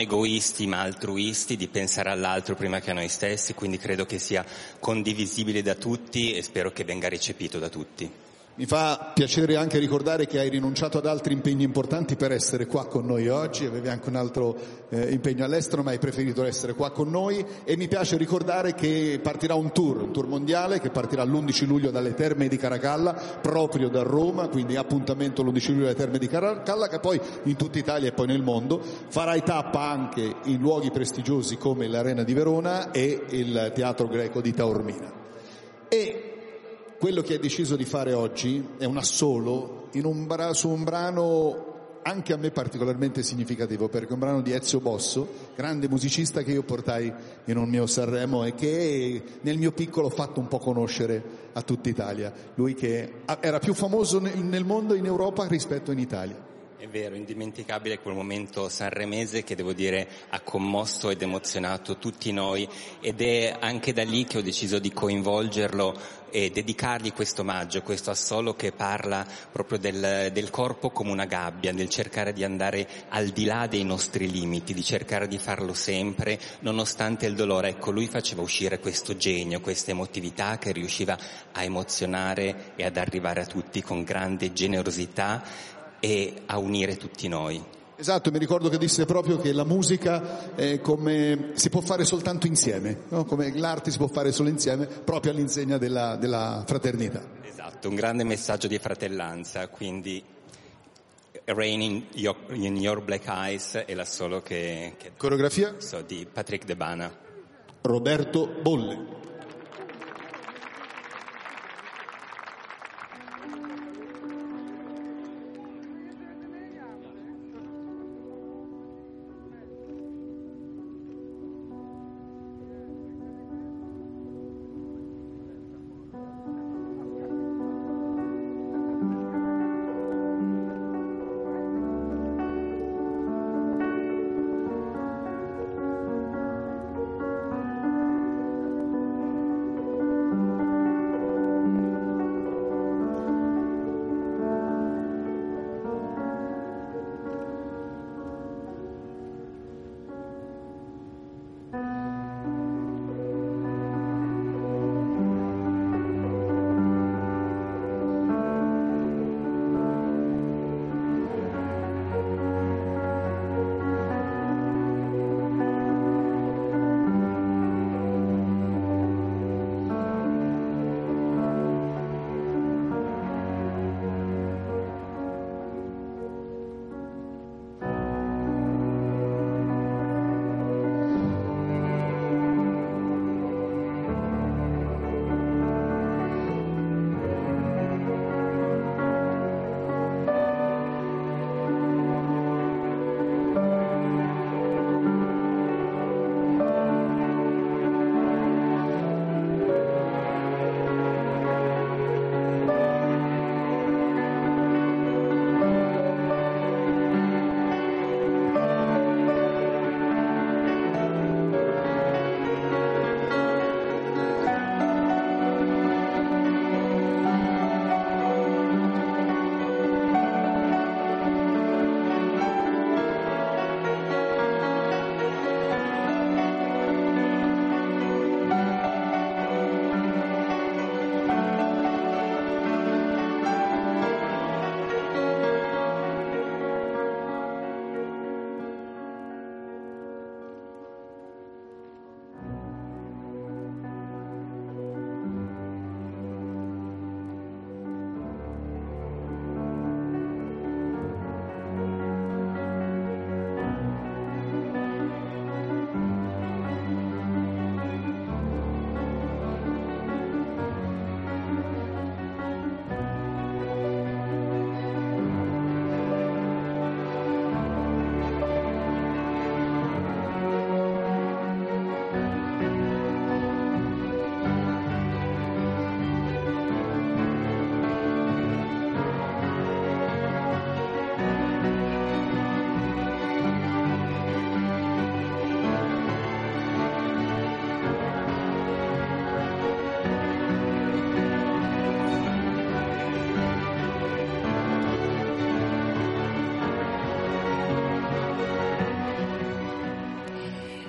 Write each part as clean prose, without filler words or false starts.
egoisti ma altruisti, di pensare all'altro prima che a noi stessi, quindi credo che sia condivisibile da tutti e spero che venga recepito da tutti. Mi fa piacere anche ricordare che hai rinunciato ad altri impegni importanti per essere qua con noi oggi, avevi anche un altro impegno all'estero ma hai preferito essere qua con noi, e mi piace ricordare che partirà un tour mondiale che partirà l'11 luglio dalle Terme di Caracalla, proprio da Roma, quindi appuntamento l'11 luglio alle Terme di Caracalla, che poi in tutta Italia e poi nel mondo farà tappa anche in luoghi prestigiosi come l'Arena di Verona e il Teatro Greco di Taormina. E quello che hai deciso di fare oggi è un assolo su un brano anche a me particolarmente significativo, perché è un brano di Ezio Bosso, grande musicista che io portai in un mio Sanremo e che nel mio piccolo ho fatto un po' conoscere a tutta Italia. Lui che era più famoso nel mondo, in Europa, rispetto in Italia. È vero, indimenticabile quel momento sanremese che devo dire ha commosso ed emozionato tutti noi, ed è anche da lì che ho deciso di coinvolgerlo e dedicargli questo omaggio, questo assolo che parla proprio del corpo come una gabbia, del cercare di andare al di là dei nostri limiti, di cercare di farlo sempre nonostante il dolore. Ecco, lui faceva uscire questo genio, questa emotività che riusciva a emozionare e ad arrivare a tutti con grande generosità e a unire tutti noi. Esatto, mi ricordo che disse proprio che la musica è come si può fare soltanto insieme, no? Come l'arte si può fare solo insieme, proprio all'insegna della fraternità. Esatto, un grande messaggio di fratellanza, quindi Rain in Your Black Eyes è l'assolo che coreografia di Patrick De Bana. Roberto Bolle.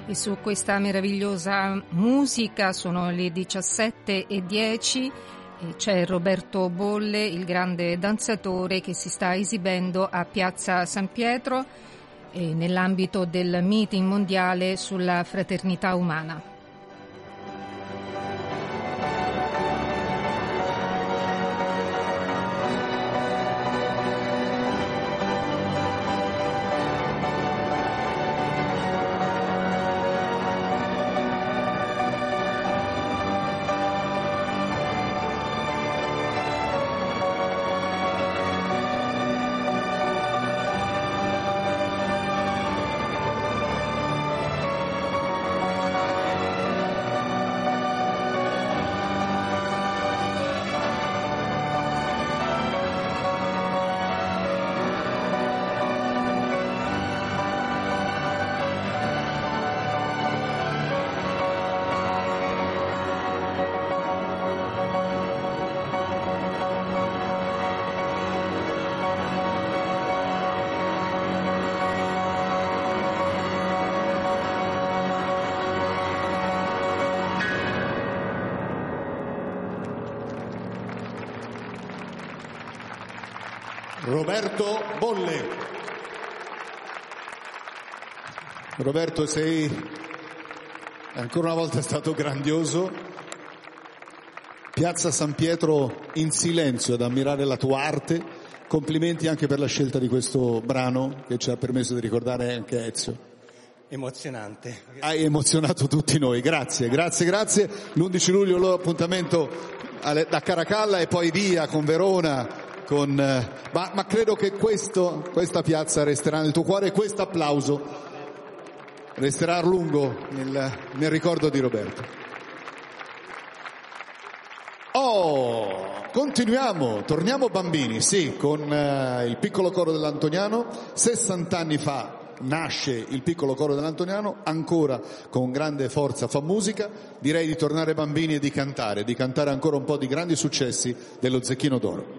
E su questa meravigliosa musica sono le 17:10 e c'è Roberto Bolle, il grande danzatore, che si sta esibendo a Piazza San Pietro nell'ambito del meeting mondiale sulla fraternità umana. Roberto Bolle. Roberto, sei ancora una volta stato grandioso. Piazza San Pietro in silenzio ad ammirare la tua arte. Complimenti anche per la scelta di questo brano che ci ha permesso di ricordare anche Ezio. Emozionante. Hai emozionato tutti noi, grazie. L'11 luglio l'appuntamento da Caracalla e poi via con Verona. Ma credo che questa piazza resterà nel tuo cuore e questo applauso resterà a lungo nel ricordo di Roberto. Torniamo bambini, sì, con il piccolo coro dell'Antoniano. 60 anni fa nasce il piccolo coro dell'Antoniano, ancora con grande forza fa musica. Direi di tornare bambini e di cantare ancora un po' di grandi successi dello Zecchino d'Oro.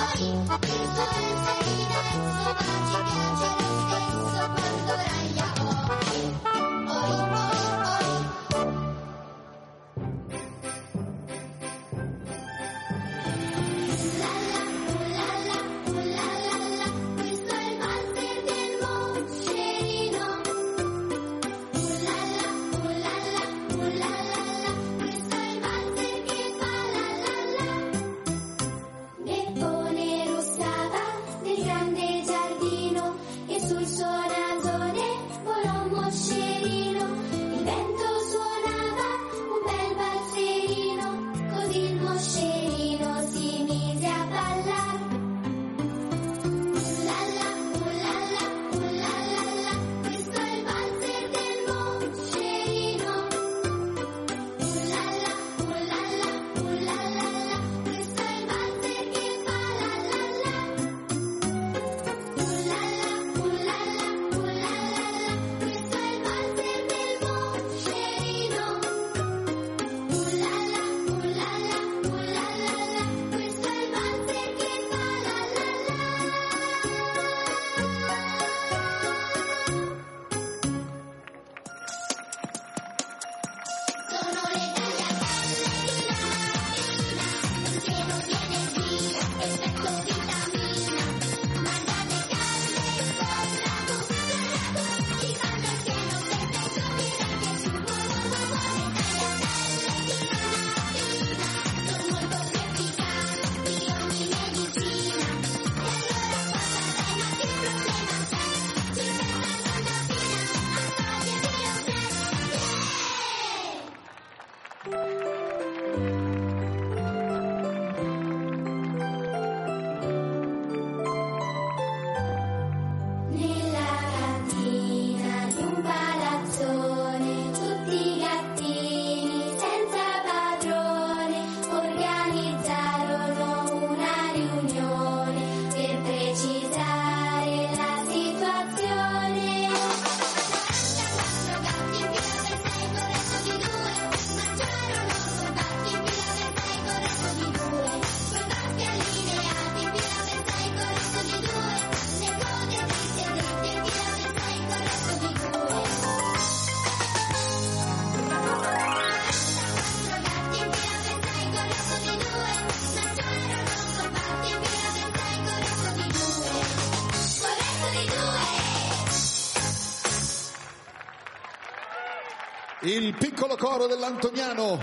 Il piccolo coro dell'Antoniano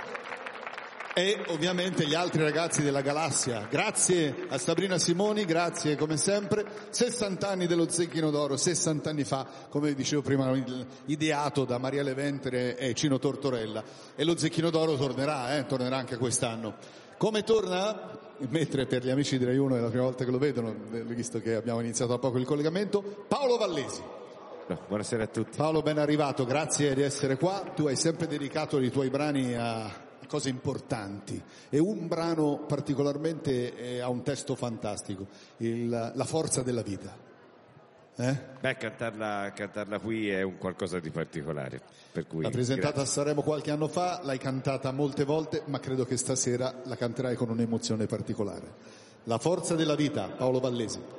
e ovviamente gli altri ragazzi della Galassia. Grazie a Sabrina Simoni, grazie come sempre. 60 anni dello Zecchino d'Oro, 60 anni fa, come dicevo prima, ideato da Marielle Ventere e Cino Tortorella. E lo Zecchino d'Oro tornerà anche quest'anno. Come torna? Mentre per gli amici di Rai 1 è la prima volta che lo vedono, visto che abbiamo iniziato da poco il collegamento, Paolo Vallesi. Buonasera a tutti. Paolo, ben arrivato, grazie di essere qua. Tu hai sempre dedicato i tuoi brani a cose importanti e un brano particolarmente ha un testo fantastico, La forza della vita. Beh, cantarla qui è un qualcosa di particolare. Per cui, l'ha presentata a Sanremo qualche anno fa, l'hai cantata molte volte, ma credo che stasera la canterai con un'emozione particolare. La forza della vita, Paolo Vallesi.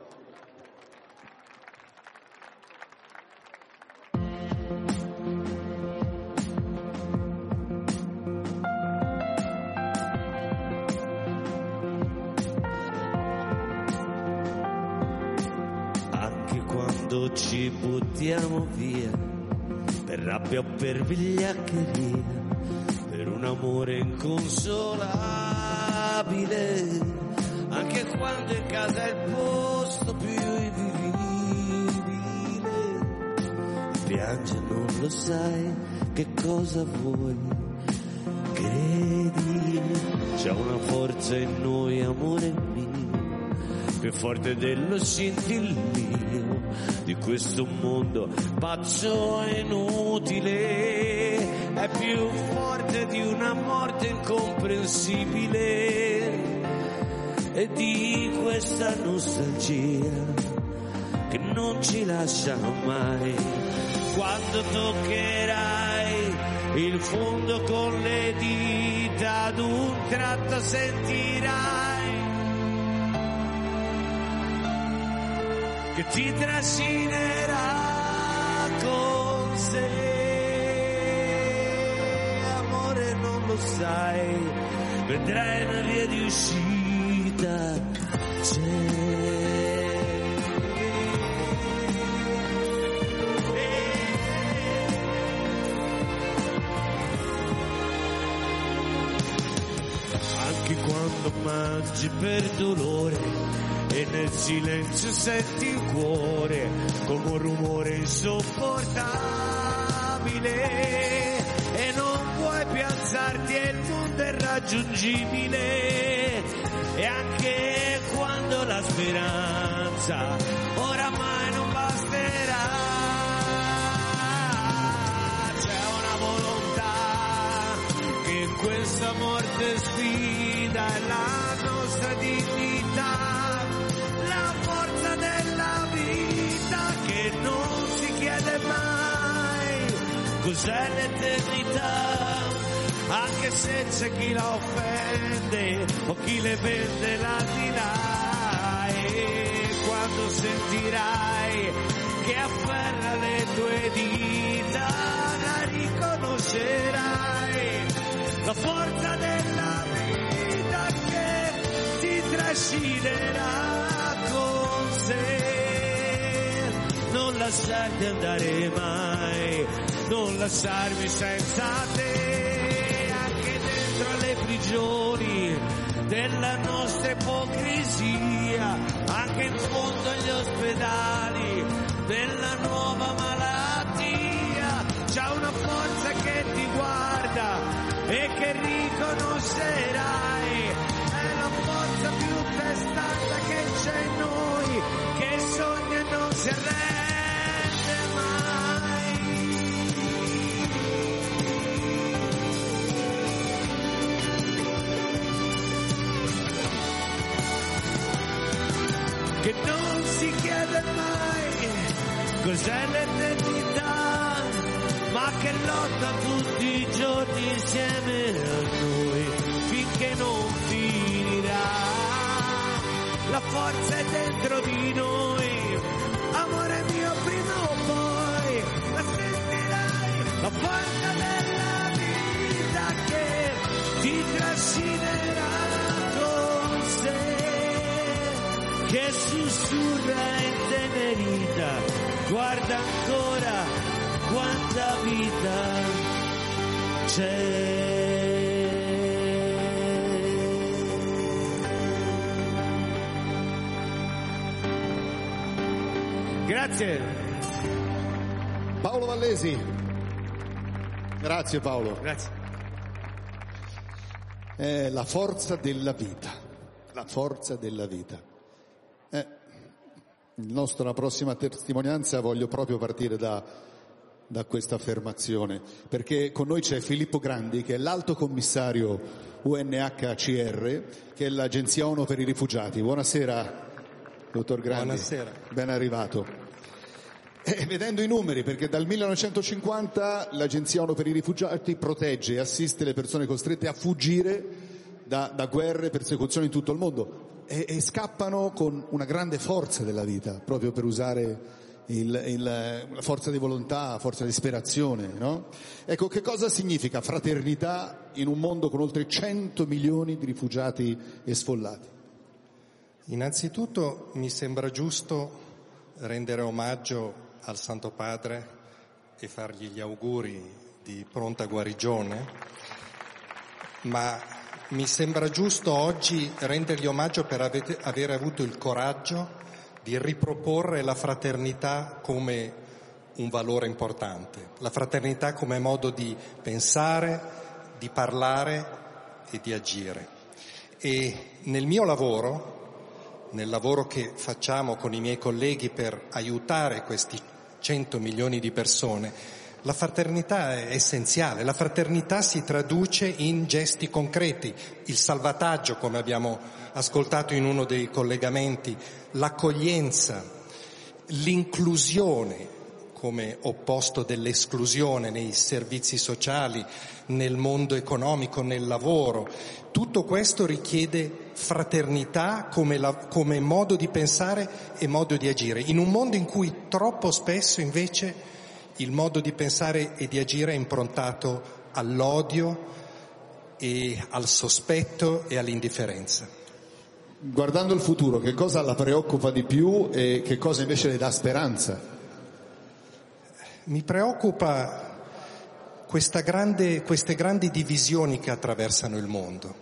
Ci buttiamo via per rabbia o per vigliaccheria, per un amore inconsolabile, anche quando in casa è il posto più invivibile. Piange, non lo sai che cosa vuoi, credi, c'è una forza in noi, amore mio, più forte dello scintillio di questo mondo pazzo e inutile, è più forte di una morte incomprensibile e di questa nostalgia che non ci lascia mai. Quando toccherai il fondo con le dita, ad un tratto sentirai che ti trascinerà con sé. Amore, non lo sai, vedrai una via di uscita, c'è. Anche quando mangi per dolore e nel silenzio senti il cuore come un rumore insopportabile e non puoi piazzarti e il mondo è raggiungibile, e anche quando la speranza oramai non basterà, c'è una volontà che questa morte sfida è la nostra dignità, la forza della vita che non si chiede mai cos'è l'eternità, anche se c'è chi la offende o chi le vende l'aldilà, e quando sentirai che afferra le tue dita la riconoscerai, la forza della vita che ti trascinerà con sé. Non lasciarti andare mai, non lasciarmi senza te, anche dentro alle prigioni della nostra ipocrisia, anche in fondo agli ospedali della nuova malattia, c'è una forza che ti guarda e che riconoscerai, è la forza più testata che c'è in noi, che sogna e non si arrende mai. Che non si chiede mai cos'è l'eternità, ma che lotta tutti i giorni insieme a noi finché non finirà. La forza è dentro di noi, amore mio, prima o poi la sentirai, la forza della vita che ti trascinerà con sé, che sussurra intenerita, guarda ancora quanta vita c'è. Grazie. Paolo Vallesi. Grazie Paolo. Grazie. È la forza della vita. La forza della vita. La nostra prossima testimonianza voglio proprio partire da questa affermazione, perché con noi c'è Filippo Grandi, che è l'alto commissario UNHCR, che è l'agenzia ONU per i rifugiati. Buonasera, dottor Grandi. Buonasera. Ben arrivato. Vedendo i numeri, perché dal 1950 l'agenzia ONU per i rifugiati protegge e assiste le persone costrette a fuggire da guerre e persecuzioni in tutto il mondo, e scappano con una grande forza della vita, proprio per usare la forza di volontà, forza di ispirazione, no? Ecco, che cosa significa fraternità in un mondo con oltre 100 milioni di rifugiati e sfollati? Innanzitutto mi sembra giusto rendere omaggio al Santo Padre e fargli gli auguri di pronta guarigione, ma mi sembra giusto oggi rendergli omaggio per aver avuto il coraggio di riproporre la fraternità come un valore importante, la fraternità come modo di pensare, di parlare e di agire. E nel mio lavoro, nel lavoro che facciamo con i miei colleghi per aiutare questi 100 milioni di persone, la fraternità è essenziale. La fraternità si traduce in gesti concreti, il salvataggio, come abbiamo ascoltato in uno dei collegamenti, l'accoglienza, l'inclusione come opposto dell'esclusione nei servizi sociali, nel mondo economico, nel lavoro. Tutto questo richiede fraternità come modo di pensare e modo di agire, in un mondo in cui troppo spesso invece il modo di pensare e di agire è improntato all'odio e al sospetto e all'indifferenza. Guardando il futuro, che cosa la preoccupa di più e che cosa invece le dà speranza? Mi preoccupa queste grandi divisioni che attraversano il mondo.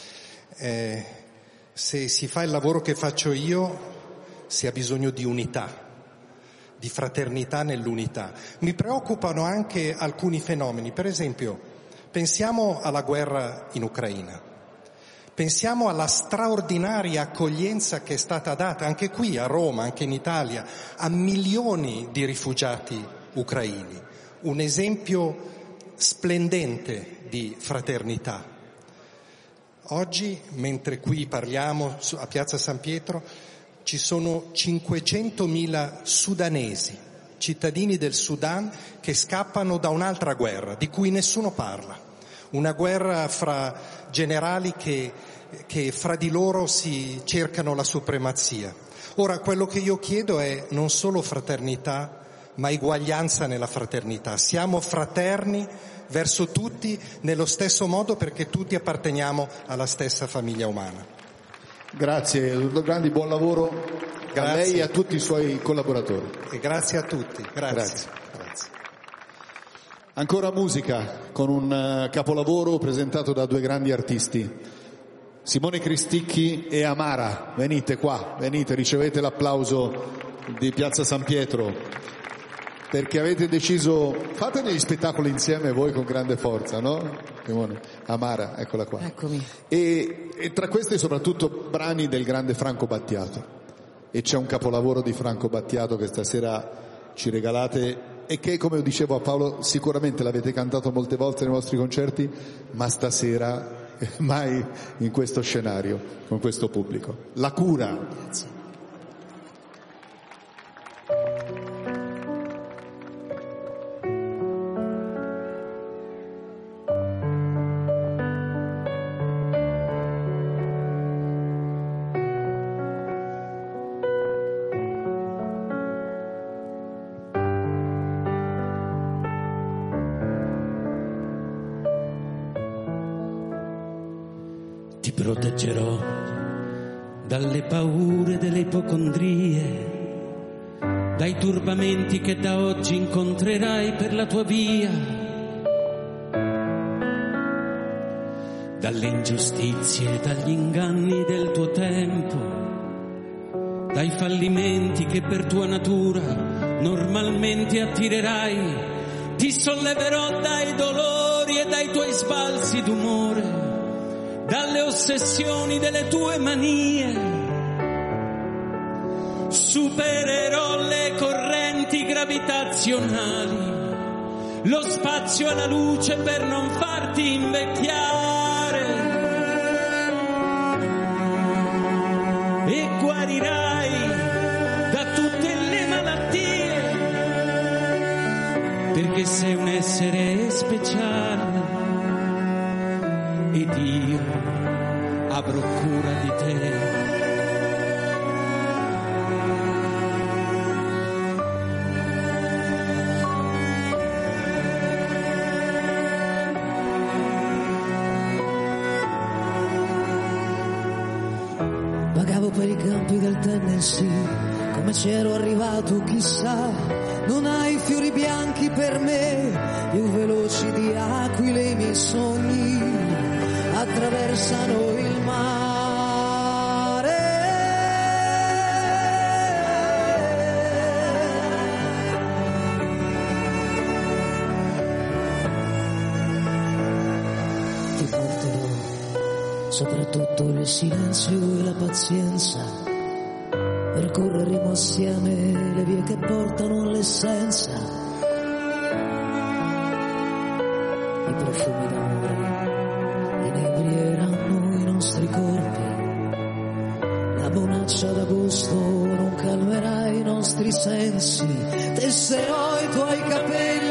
Se si fa il lavoro che faccio io, si ha bisogno di unità, di fraternità nell'unità. Mi preoccupano anche alcuni fenomeni, per esempio, pensiamo alla guerra in Ucraina, pensiamo alla straordinaria accoglienza che è stata data anche qui a Roma, anche in Italia, a milioni di rifugiati ucraini, un esempio splendente di fraternità. Oggi, mentre qui parliamo a Piazza San Pietro, ci sono 500.000 sudanesi, cittadini del Sudan, che scappano da un'altra guerra di cui nessuno parla, una guerra fra generali che fra di loro si cercano la supremazia. Ora, quello che io chiedo è non solo fraternità, ma eguaglianza nella fraternità. Siamo fraterni verso tutti nello stesso modo, perché tutti apparteniamo alla stessa famiglia umana. Grazie, dottor Grandi, buon lavoro. Grazie a lei e a tutti i suoi collaboratori. E grazie a tutti. Grazie. Ancora musica con un capolavoro presentato da due grandi artisti, Simone Cristicchi e Amara. Venite qua, venite, ricevete l'applauso di Piazza San Pietro, perché avete deciso, fate degli spettacoli insieme voi con grande forza, no? Amara, eccola qua. Eccomi. E tra questi soprattutto brani del grande Franco Battiato. E c'è un capolavoro di Franco Battiato che stasera ci regalate e che, come dicevo a Paolo, sicuramente l'avete cantato molte volte nei vostri concerti, ma stasera mai in questo scenario, con questo pubblico. La cura. Grazie. Ti proteggerò dalle paure delle ipocondrie, dai turbamenti che da oggi incontrerai per la tua via, dalle ingiustizie, dagli inganni del tuo tempo, dai fallimenti che per tua natura normalmente attirerai. Ti solleverò dai dolori e dai tuoi sbalzi d'umore, dalle ossessioni delle tue manie. Supererò le correnti gravitazionali, lo spazio e la luce per non farti invecchiare, e guarirai da tutte le malattie, perché sei un essere speciale ed io avrò cura di te. Vagavo per i campi del Tennessee, come c'ero arrivato chissà. Non hai fiori bianchi per me, più veloci di aquile i miei sogni attraversano il mare. Ti porterò soprattutto il silenzio e la pazienza. Percorreremo assieme le vie che portano all'essenza. I profumi d'amore inebrieranno i nostri corpi. La bonaccia d'agosto non calmerà i nostri sensi. Tesserò i tuoi capelli